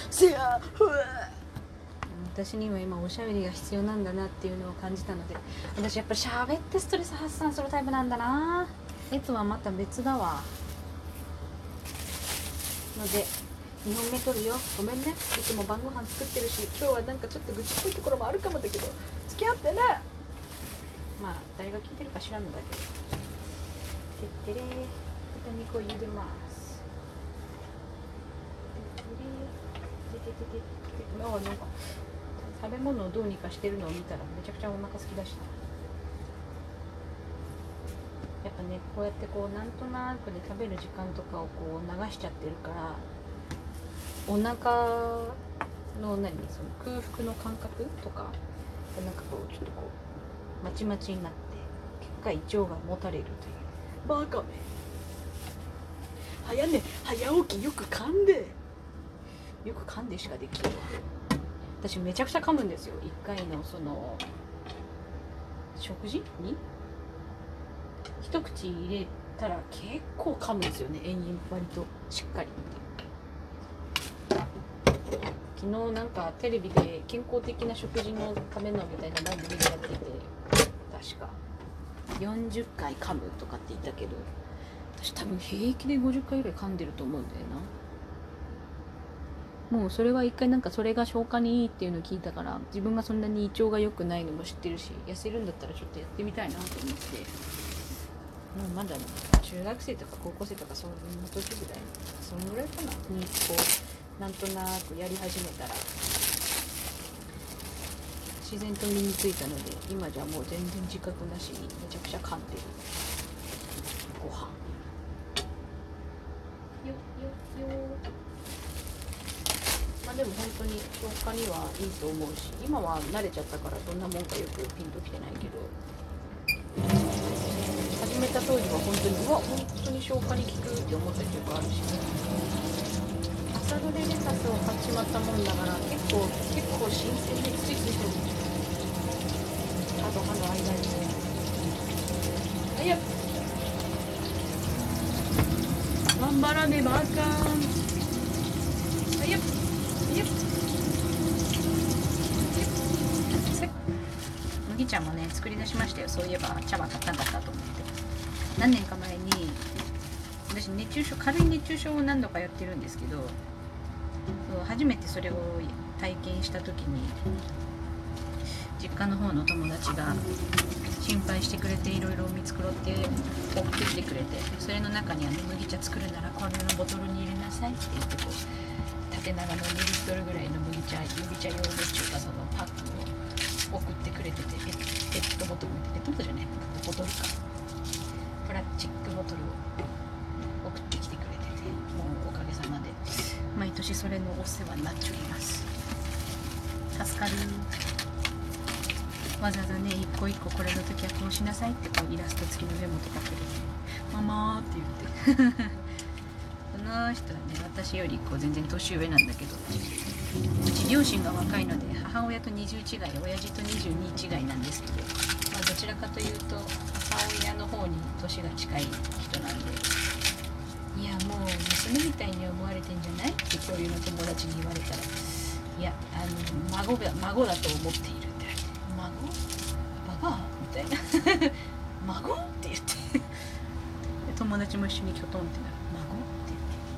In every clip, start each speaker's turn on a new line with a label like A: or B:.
A: せや私には今おしゃべりが必要なんだなっていうのを感じたので、私やっぱり喋ってストレス発散するタイプなんだな。いつはまた別だわので2本目撮るよ。ごめんね、いつも晩ご飯作ってるし、今日はなんかちょっと愚痴っぽいところもあるかもだけど付き合ってね。まあ誰が聞いてるか知らんのだけど。てってれー、豚肉を茹でます。てってれー、ててててて、なんか食べ物をどうにかしてるのを見たらめちゃくちゃお腹空きだした。やっぱね、こうやってこうなんとなくで食べる時間とかをこう流しちゃってるから、お腹のその空腹の感覚とかなんかこうちょっとこうまちまちになって結果胃腸がもたれるという。バカめ、早寝早起きよく噛んでしかできるわ。私めちゃくちゃ噛むんですよ。1回のその食事に一口入れたら結構噛むんですよね。延々割としっかり。昨日なんかテレビで健康的な食事のためのみたいな番組でやってて、確か40回噛むとかって言ったけど、私多分平気で50回ぐらい噛んでると思うんだよな。もうそれは一回なんかそれが消化にいいっていうのを聞いたから、自分がそんなに胃腸が良くないのも知ってるし、痩せるんだったらちょっとやってみたいなと思って、もうまだ中学生とか高校生とかそんな時ぐらい、そのぐらいかなにこうなんとなくやり始めたら自然と身についたので、今じゃもう全然自覚なしにめちゃくちゃ噛んでるご飯よよよ。まあでも本当に消化にはいいと思うし、今は慣れちゃったからどんなもんかよくピンときてないけど、始めた当時は本当に本当に消化に効くって思った記憶あるし、朝どれレタスを買っちまったもんだから結構新鮮でついついと歯と歯の間に早く頑張らねばあかん。早く麦茶もね作り出しましたよ。そういえば茶葉買ったんだったと思って、何年か前に私軽い熱中症を何度かやってるんですけど、初めてそれを体験した時に実家の方の友達が心配してくれて、いろいろ見繕って送ってきてくれて、それの中に麦茶作るならこれのボトルに入れなさいって言ってこう縦長の2リットルぐらいの麦茶用のっていうかそのパックを送ってくれてて、ペットボトルじゃないボトルかプラスチックボトルを送ってきてくれてて、もうおかげさまで毎年それのお世話になっております。助かる。わざわざね一個一個これの時はこうしなさいってこうイラスト付きのメモとかくれて、ママーって言ってその人はね私よりこう全然年上なんだけど、うち両親が若いので母親と20違い、親父と22違いなんですけど、まあ、どちらかというと母親の方に年が近い人なんで、いやもう娘みたいに思われてんじゃないって共有の友達に言われたら、いや孫だと思っているって言われて、孫ババアみたいな孫って言って友達も一緒にきょとんってなる、孫って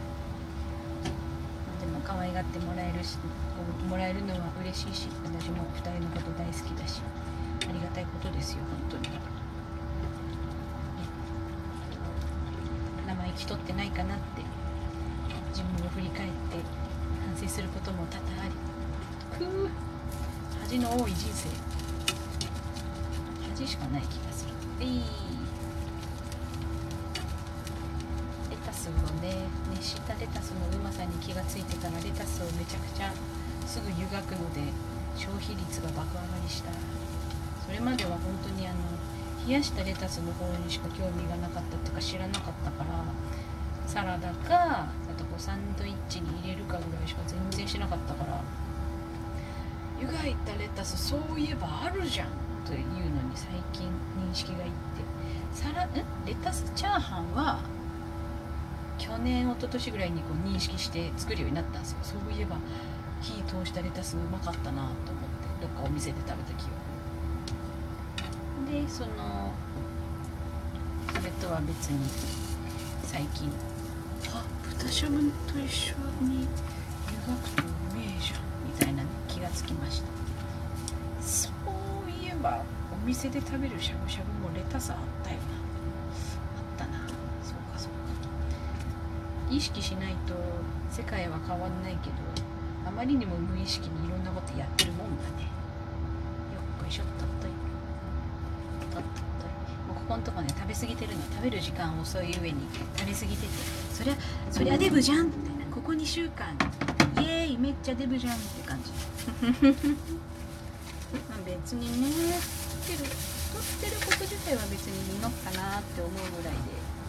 A: 言って、でも可愛がってもらえるのは嬉しいし、私も2人のこと大好きだし、ありがたいことですよ本当に。生意気取ってないかなって自分を振り返って反省することも多々あり、恥の多い人生、恥しかない気がする。レタスをね、熱したレタスのうまさに気がついてからレタスをめちゃくちゃすぐ湯がくので消費率が爆上がりした。それまでは本当に冷やしたレタスの方にしか興味がなかったっていうか知らなかったから、サラダかあとこうサンドイッチに入れるかぐらいしか全然しなかったから、湯がいたレタスそういえばあるじゃんというのに最近認識がいって、レタスチャーハンは去年一昨年ぐらいにこう認識して作るようになったんですよ。そういえば火通したレタスうまかったなと思って、どっかお店で食べた記憶で、それとは別に最近豚しゃぶと一緒に湯がくとうめえじゃんみたいな、ね、気がつきました。そういえばお店で食べるしゃぶしゃぶもレタスあったよな。あったな。そうかそうか。意識しないと世界は変わんないけど、あまりにも無意識にいろんなことやってるもんだね。よっこいしょっとっといとっとっとい。もうここのとこね、食べ過ぎてるの。食べる時間遅い上に食べ過ぎてて、そりゃデブじゃんみたいな。ここ2週間イエーイめっちゃデブじゃんって感じ。まあ別にね、太ってること自体は別にいいのかなって思うぐらいで、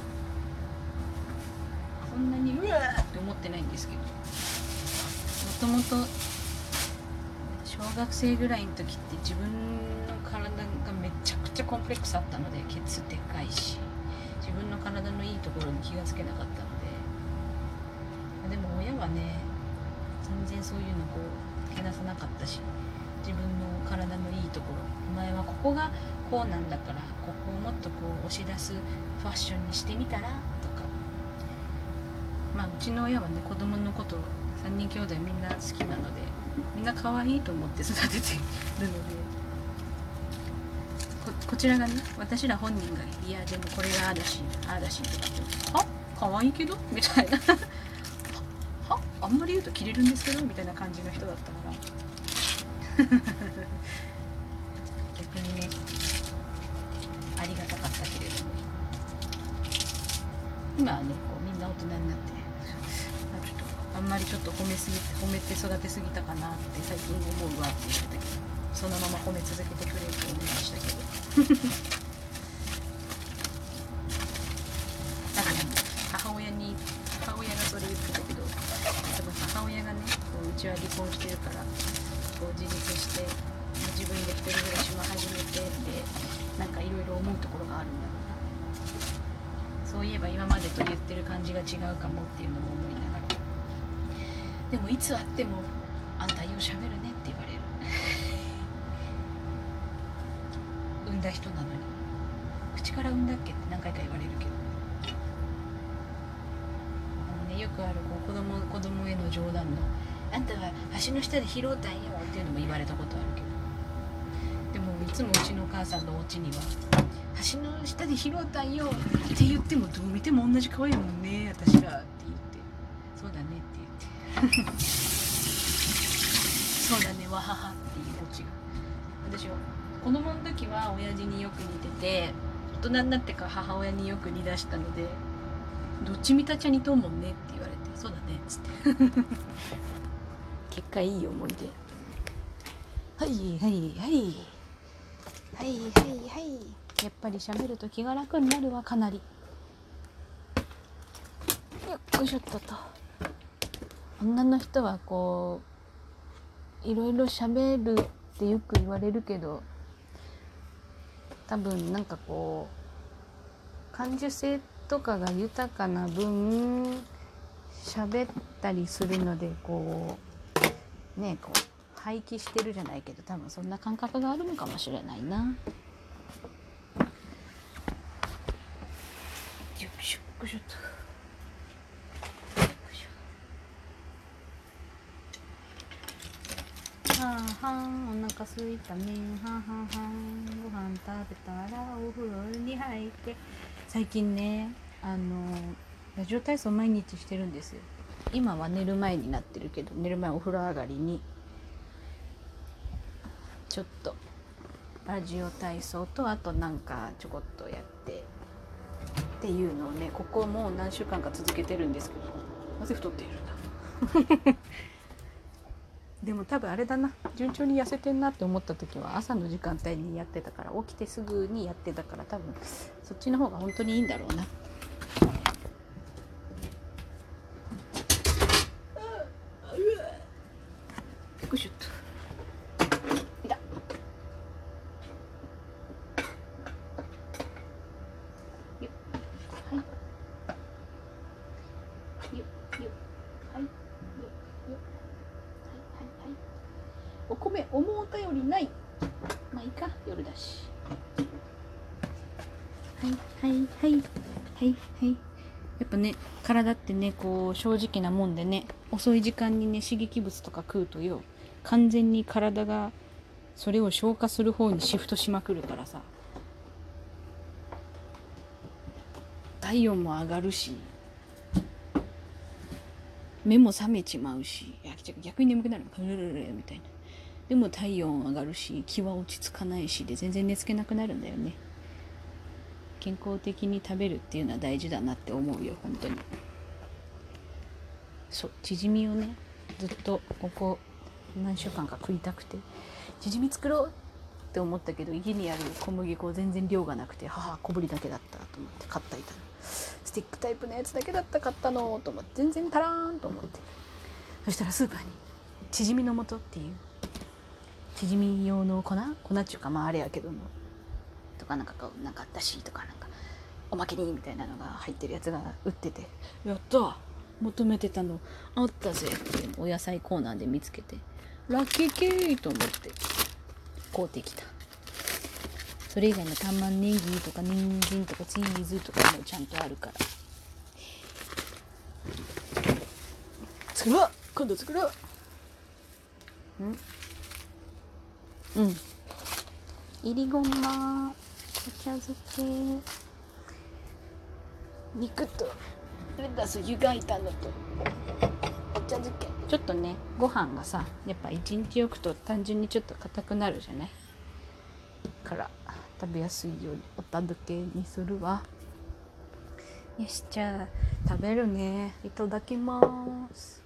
A: そんなにうわーって思ってないんですけど、もともと小学生ぐらいの時って自分の体がめちゃくちゃコンプレックスあったので、ケツでかいし、自分の体のいいところに気がつけなかったので、でも親はね、全然そういうのこうけなさなかったし、自分の体のいいところ、お前はここがこうなんだから、ここをもっとこう押し出すファッションにしてみたらとか、まあうちの親はね、子供のこと3人兄弟みんな好きなので、みんな可愛いと思って育ててるので、こちらがね、私ら本人がいやでもこれがああだしああだしとかっては可愛いけどみたいなはあんまり言うとキレるんですけどみたいな感じの人だったから逆にね、ありがたかったけれども、今はねこうみんな大人になって、ちょっとあんまりちょっと褒めて育てすぎたかなって最近思うわって言ってたけど、そのまま褒め続けてくれって思いましたけどなんかね、母親がそれ言ってたけど、多分母親がね、こうちは離婚してるから、こう自立して自分で一人暮らしも始めて、でなんかいろいろ思うところがあるんだろうな。そういえば今までと言ってる感じが違うかもっていうのも思いながら、でもいつ会ってもあんたようしゃべるねって言われる産んだ人なのに、口から産んだっけって何回か言われるけど、よくあるこう子供への冗談の、あんたは橋の下で拾うたんよっていうのも言われたことあるけど、でもいつもうちのお母さんのお家には、橋の下で拾うたんよって言ってもどう見ても同じ可愛いもんね私らって言って、そうだねって言ってそうだねわははっていうオチが、私は子供の時は親父によく似てて、大人になってから母親によく似だしたので、どっち見たちゃ似とうもんねって言われて、そうだねっつって結果いい思い出。はいはいはいはいはいはい、やっぱり喋ると気が楽になるわ、かなり。よっこいしょっと。女の人はこういろいろ喋るってよく言われるけど、多分なんかこう感受性とかが豊かな分喋ったりするので、こうね、こう廃棄してるじゃないけど、多分そんな感覚があるのかもしれないな。よいしょよいしょっと。はんはんお腹すいたね、はんはんはんご飯食べたらお風呂に入って。最近ね、ラジオ体操毎日してるんですよ。今は寝る前になってるけど、寝る前お風呂上がりにちょっとラジオ体操と、あとなんかちょこっとやってっていうのをね、ここもう何週間か続けてるんですけど、なぜ太っているんだでも多分あれだな、順調に痩せてんなって思った時は朝の時間帯にやってたから、起きてすぐにやってたから、多分そっちの方が本当にいいんだろうな。よいしょっと。いだ。よはいよよはいよよはいはい米思うたよりない。まあいいか、夜だし。はいはいはいはいはい。やっぱね、体ってね、こう正直なもんでね、遅い時間にね刺激物とか食うとよ、完全に体がそれを消化する方にシフトしまくるからさ、体温も上がるし、目も覚めちまうし、いや逆に眠くなるみたいな。でも体温上がるし、気は落ち着かないしで全然寝つけなくなるんだよね。健康的に食べるっていうのは大事だなって思うよ、本当に。そう、チヂミをね、ずっとここ何週間か食いたくて、チヂミ作ろうって思ったけど、家にある小麦粉全然量がなくて、母小ぶりだけだったと思って買ったいたの。スティックタイプのやつだけだった買ったのと思って、全然足らんと思って、そしたらスーパーにチヂミの素っていうチヂミ用の粉っていうか、まああれやけどもとかなんかあったしとか、なんかおまけにみたいなのが入ってるやつが売ってて、やった、求めてたのあったぜってお野菜コーナーで見つけて、ラッキーケーと思って買うてきた。それ以外の玉ねぎとか人参とかチーズとかもちゃんとあるから、作ろう、今度作ろう。いりごま、お茶漬け、肉とレタス湯がいたのとお茶漬け。ちょっとね、ご飯がさ、やっぱ一日置くと単純にちょっと硬くなるじゃないから食べやすいようにお茶漬けにするわ。よし、じゃあ食べるね。いただきます。